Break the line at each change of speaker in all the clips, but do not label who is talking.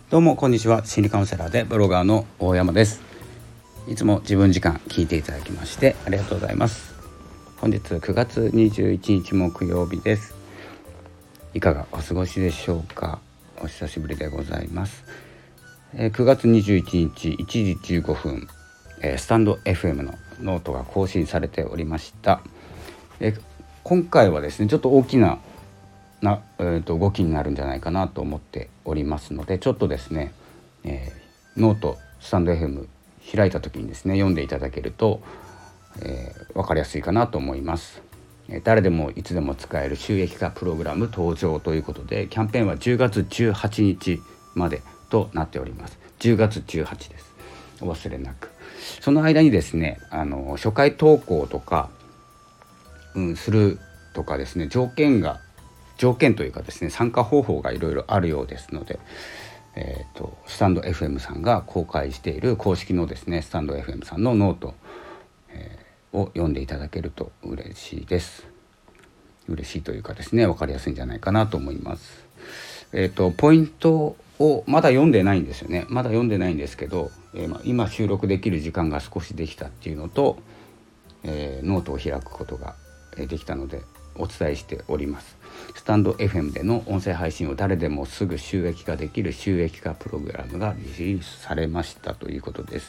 どうもこんにちは。心理カウンセラーでブロガーの大山です。いつも自分時間聞いていただきましてありがとうございます。本日9月21日木曜日です。いかがお過ごしでしょうか。お久しぶりでございます。9月21日1時15分、スタンド FM のノートが更新されておりました。今回はですねちょっと大きな動きになるんじゃないかなと思っておりますので、ちょっとですね、ノートスタンド FM 開いた時にですね読んでいただけると、分かりやすいかなと思います。誰でもいつでも使える収益化プログラム登場ということで、キャンペーンは10月18日までとなっております。10月18です。お忘れなく。その間にですね初回投稿とか、するとかですね、条件というかですね、参加方法がいろいろあるようですので、スタンド FM さんが公開している公式のですねスタンド FM さんのノート、を読んでいただけると嬉しいです。嬉しいというかですね、分かりやすいんじゃないかなと思います。ポイントをまだ読んでないんですよね。まだ読んでないんですけど、今収録できる時間が少しできたっていうのと、ノートを開くことができたのでお伝えしております。スタンド FM での音声配信を誰でもすぐ収益化できる収益化プログラムがリリースされましたということです。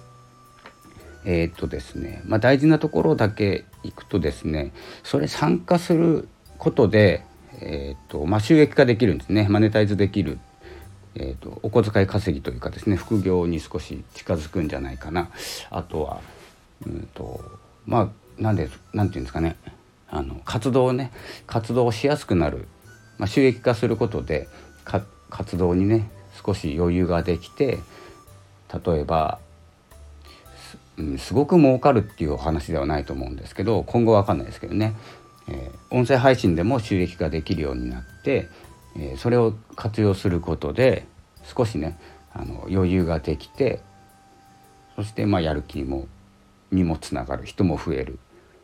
ですね、大事なところだけいくとですね、それ参加することで、収益化できるんですね。マネタイズできる、お小遣い稼ぎというかですね、副業に少し近づくんじゃないかな。あとはなんていうんですかね、活動をしやすくなる、収益化することで活動にね少し余裕ができて、例えばすごく儲かるっていうお話ではないと思うんですけど、今後は分かんないですけどね、音声配信でも収益化できるようになって、それを活用することで少しね余裕ができて、そしてやる気にもつながる、人も増える、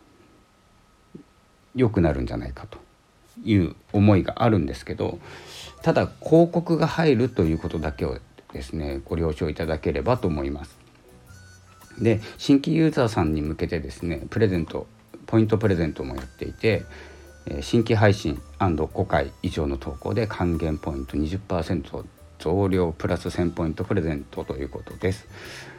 良くなるんじゃないかという思いがあるんですけど、ただ広告が入るということだけをですねご了承いただければと思います。で、新規ユーザーさんに向けてですねポイントプレゼントもやっていて、新規配信 &5 回以上の投稿で還元ポイント 20% 増量プラス1000ポイントプレゼントということです。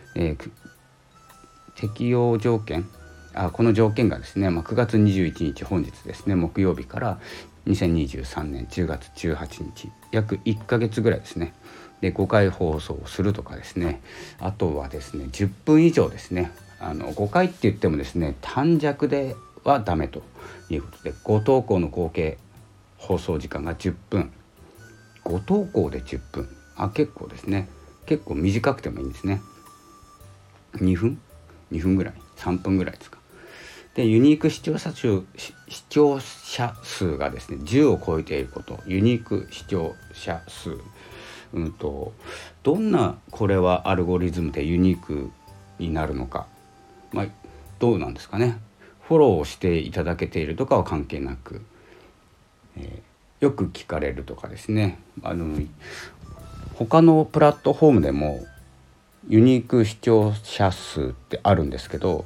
適用条件、この条件がですね、9月21日本日ですね木曜日から2023年10月18日約1ヶ月ぐらいですねで5回放送するとかですね、あとはですね10分以上ですね、5回って言ってもですね短尺ではダメということで、5投稿の合計放送時間が10分、5投稿で10分、結構ですね、結構短くてもいいんですね。2分ぐらい、3分ぐらいですか。で、ユニーク視聴者数がですね10を超えていること、ユニーク視聴者数、どんなこれはアルゴリズムでユニークになるのか、どうなんですかね。フォローをしていただけているとかは関係なく、よく聞かれるとかですね、他のプラットフォームでもユニーク視聴者数ってあるんですけど、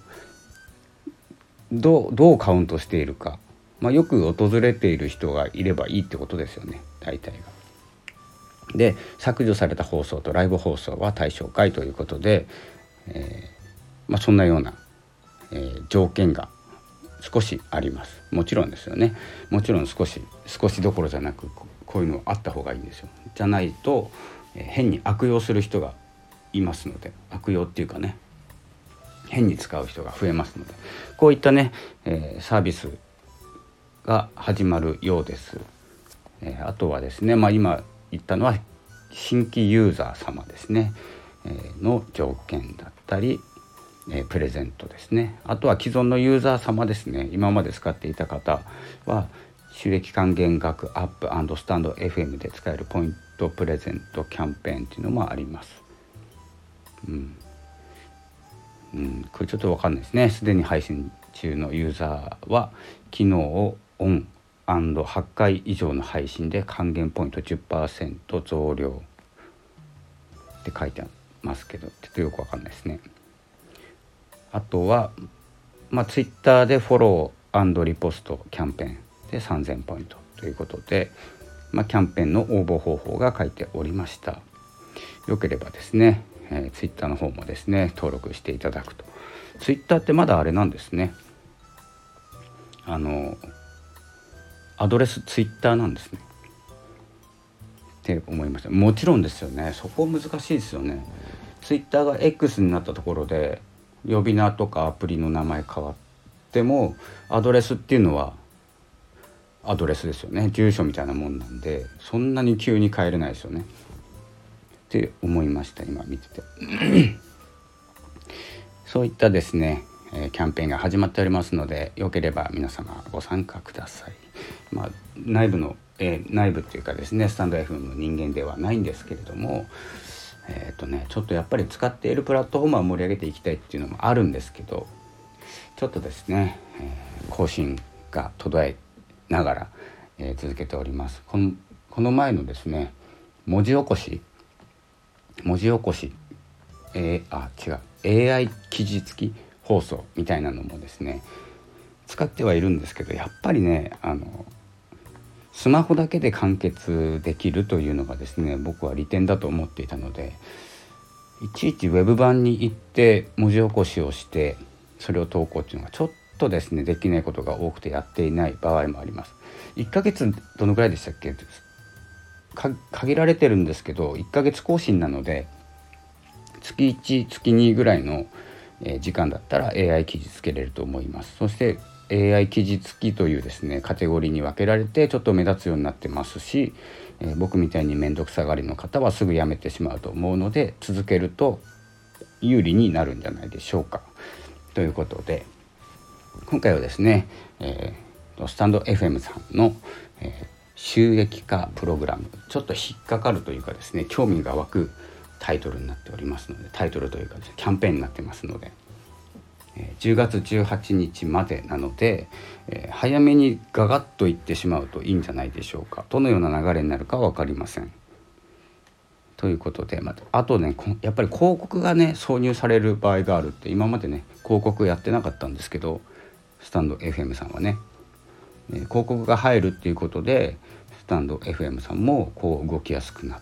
どうカウントしているか、よく訪れている人がいればいいってことですよね、大体が。で、削除された放送とライブ放送は対象外ということで、そんなような、条件が少しあります。もちろんですよね。もちろん少しどころじゃなく、こういうのあった方がいいんですよ。じゃないと、変に悪用する人がいますので、悪用っていうかね、変に使う人が増えますので、こういったね、サービスが始まるようです。あとはですね、今言ったのは新規ユーザー様ですね、の条件だったり、プレゼントですね。あとは既存のユーザー様ですね、今まで使っていた方は収益還元額アップ&スタンド FM で使えるポイントプレゼントキャンペーンっていうのもあります。これちょっと分かんないですね。すでに配信中のユーザーは機能をオン&8回以上の配信で還元ポイント 10% 増量って書いてますけど、ちょっとよくわかんないですね。あとは、ツイッターでフォロー&リポストキャンペーンで3000ポイントということで、キャンペーンの応募方法が書いておりました。よければですね、ツイッターの方もですね登録していただくと。ツイッターってまだあれなんですね、アドレスツイッターなんですねって思いました。もちろんですよね、そこ難しいですよね。ツイッターが X になったところで呼び名とかアプリの名前変わってもアドレスっていうのはアドレスですよね。住所みたいなもんなんで、そんなに急に変えれないですよねって思いました、今見ててそういったですね、キャンペーンが始まっておりますので、よければ皆様ご参加ください。内部っていうかですね、スタンド FM の人間ではないんですけれども、ちょっとやっぱり使っているプラットフォームは盛り上げていきたいっていうのもあるんですけど、ちょっとですね、更新が途絶えながら、続けております。この前のですね、文字起こし、AI 記事付き放送みたいなのもですね使ってはいるんですけど、やっぱりねスマホだけで完結できるというのがですね、僕は利点だと思っていたので、いちいちウェブ版に行って文字起こしをしてそれを投稿っていうのがちょっとですねできないことが多くてやっていない場合もあります。1ヶ月どのくらいでしたっけ、限られてるんですけど1ヶ月更新なので、月1月2ぐらいの時間だったら AI 記事つけれると思います。そして AI 記事付きというですねカテゴリーに分けられてちょっと目立つようになってますし、僕みたいに面倒くさがりの方はすぐやめてしまうと思うので、続けると有利になるんじゃないでしょうか。ということで今回はですね、スタンド FM さんの、収益化プログラム、ちょっと引っかかるというかですね興味が湧くタイトルになっておりますので、タイトルというかですねキャンペーンになってますので、10月18日までなので、早めにガガッといってしまうといいんじゃないでしょうか。どのような流れになるかは分かりません。ということで、あとねやっぱり広告がね挿入される場合があるって、今までね広告やってなかったんですけど、スタンド FM さんはね、広告が入るっていうことでスタンド FM さんもこう動きやすくなって、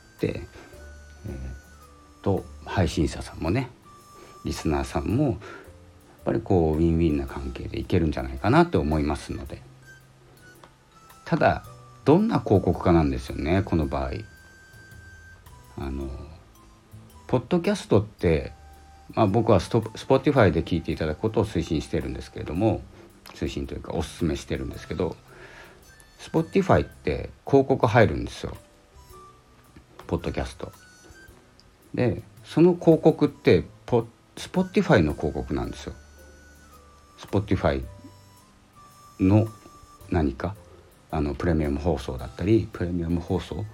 配信者さんもねリスナーさんもやっぱりこうウィンウィンな関係でいけるんじゃないかなと思いますので、ただどんな広告かなんですよね。この場合ポッドキャストって、僕はSpotify で聞いていただくことを推進してるんですけれども、推進というかおすすめしてるんですけど、Spotify って広告入るんですよ、ポッドキャストで。その広告ってSpotify の広告なんですよ。Spotify の何かプレミアム放送だったり、プレミアム放送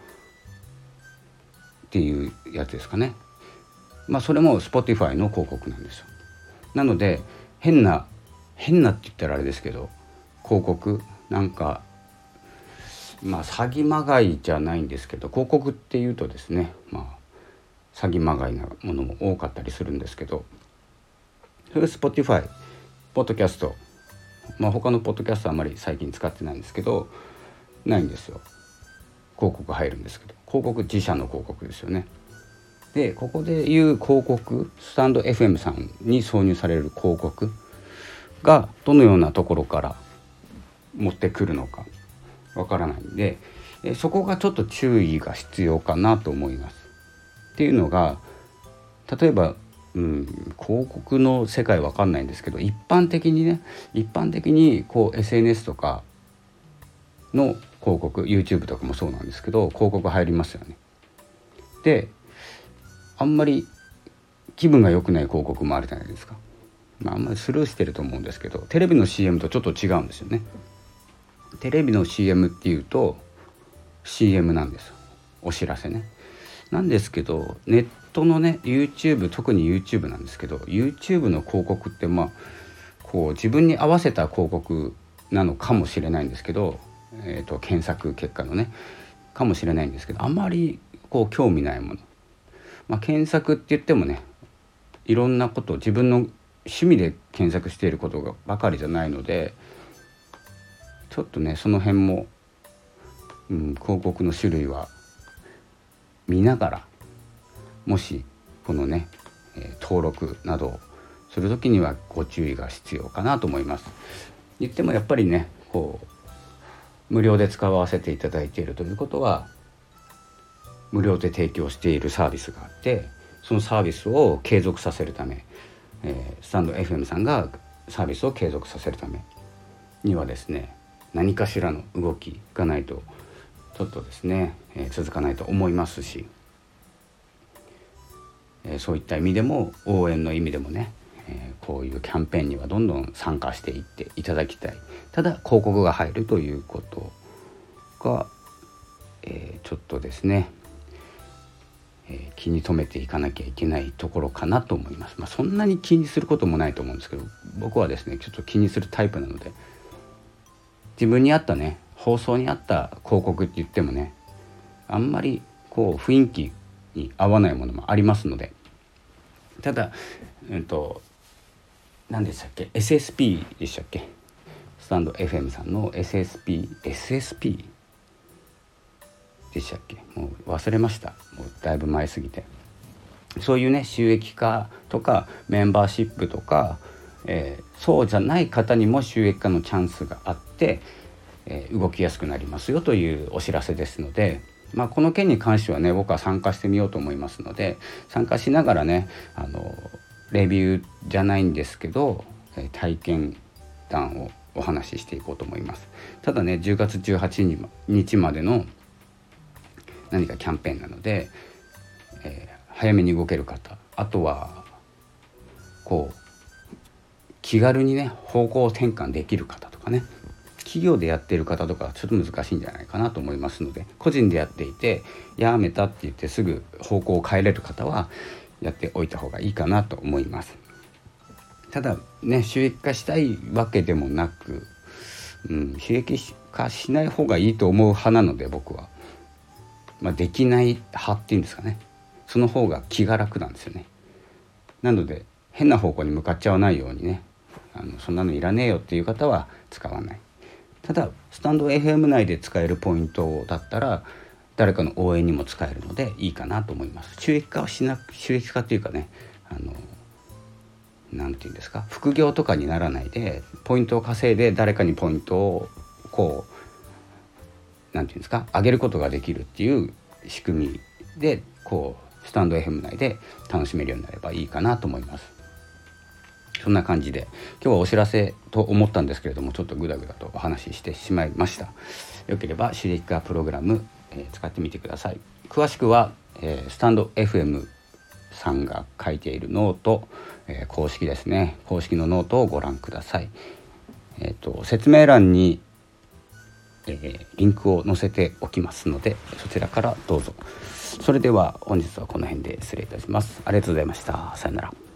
っていうやつですかね。それも Spotify の広告なんですよ。なので変なって言ったらあれですけど、広告なんか詐欺まがいじゃないんですけど、広告っていうとですね詐欺まがいなものも多かったりするんですけど、それ Spotify ポッドキャスト、他のポッドキャストはあまり最近使ってないんですけどないんですよ。広告入るんですけど、広告自社の広告ですよね。でここでいう広告、スタンド FM さんに挿入される広告がどのようなところから持ってくるのかわからないんで、そこがちょっと注意が必要かなと思います。っていうのが、例えば、広告の世界わかんないんですけど、一般的にこう SNS とかの広告、 YouTube とかもそうなんですけど広告入りますよね。であんまり気分が良くない広告もあるじゃないですか。あんまりスルーしてると思うんですけど、テレビの CM とちょっと違うんですよね。テレビの CM っていうと CM なんですよ、お知らせね。なんですけどネットのね YouTube、 特に YouTube なんですけど、 YouTube の広告ってこう自分に合わせた広告なのかもしれないんですけど、検索結果のねかもしれないんですけど、あまりこう興味ないもの、 検索って言ってもね、いろんなことを自分の趣味で検索していることばかりじゃないので、ちょっとねその辺も、広告の種類は見ながら、もしこのね、登録などをするときにはご注意が必要かなと思います。言ってもやっぱりね、無料で使わせていただいているということは、無料で提供しているサービスがあって、そのサービスを継続させるため、スタンド FM さんがサービスを継続させるためにはですね、何かしらの動きがないとちょっとですね、続かないと思いますし、そういった意味でも応援の意味でもね、こういうキャンペーンにはどんどん参加していっていただきたい。ただ広告が入るということが、ちょっとですね、気に留めていかなきゃいけないところかなと思います。そんなに気にすることもないと思うんですけど、僕はですねちょっと気にするタイプなので、自分に合ったね、放送に合った広告って言ってもね、あんまり雰囲気に合わないものもありますので、ただ何でしたっけ、 SSP でしたっけ、スタンド FM さんの SSP でしたっけ、もう忘れました。もうだいぶ前すぎて。そういうね収益化とかメンバーシップとか、そうじゃない方にも収益化のチャンスがあって、動きやすくなりますよというお知らせですので、この件に関してはね、僕は参加してみようと思いますので、参加しながらね、レビューじゃないんですけど、体験談をお話ししていこうと思います。ただね、10月18日までの何かキャンペーンなので、早めに動ける方、あとは気軽にね方向転換できる方とかね、企業でやっている方とかはちょっと難しいんじゃないかなと思いますので、個人でやっていてやめたって言ってすぐ方向を変えれる方はやっておいた方がいいかなと思います。ただね、収益化したいわけでもなく、収益化しない方がいいと思う派なので、僕は、できない派っていうんですかね、その方が気が楽なんですよね。なので変な方向に向かっちゃわないようにね、そんなのいらねえよっていう方は使わない。ただスタンド FM 内で使えるポイントだったら誰かの応援にも使えるのでいいかなと思います。収益化っていうかね、なんていうんですか、副業とかにならないでポイントを稼いで誰かにポイントをなんていうんですか、上げることができるっていう仕組みでスタンド FM 内で楽しめるようになればいいかなと思います。そんな感じで今日はお知らせと思ったんですけれども、ちょっとグダグダとお話ししてしまいました。よければ収益化プログラム、使ってみてください。詳しくは、スタンド FM さんが書いているノート、公式ですね、公式のノートをご覧ください。説明欄に、リンクを載せておきますので、そちらからどうぞ。それでは本日はこの辺で失礼いたします。ありがとうございました。さよなら。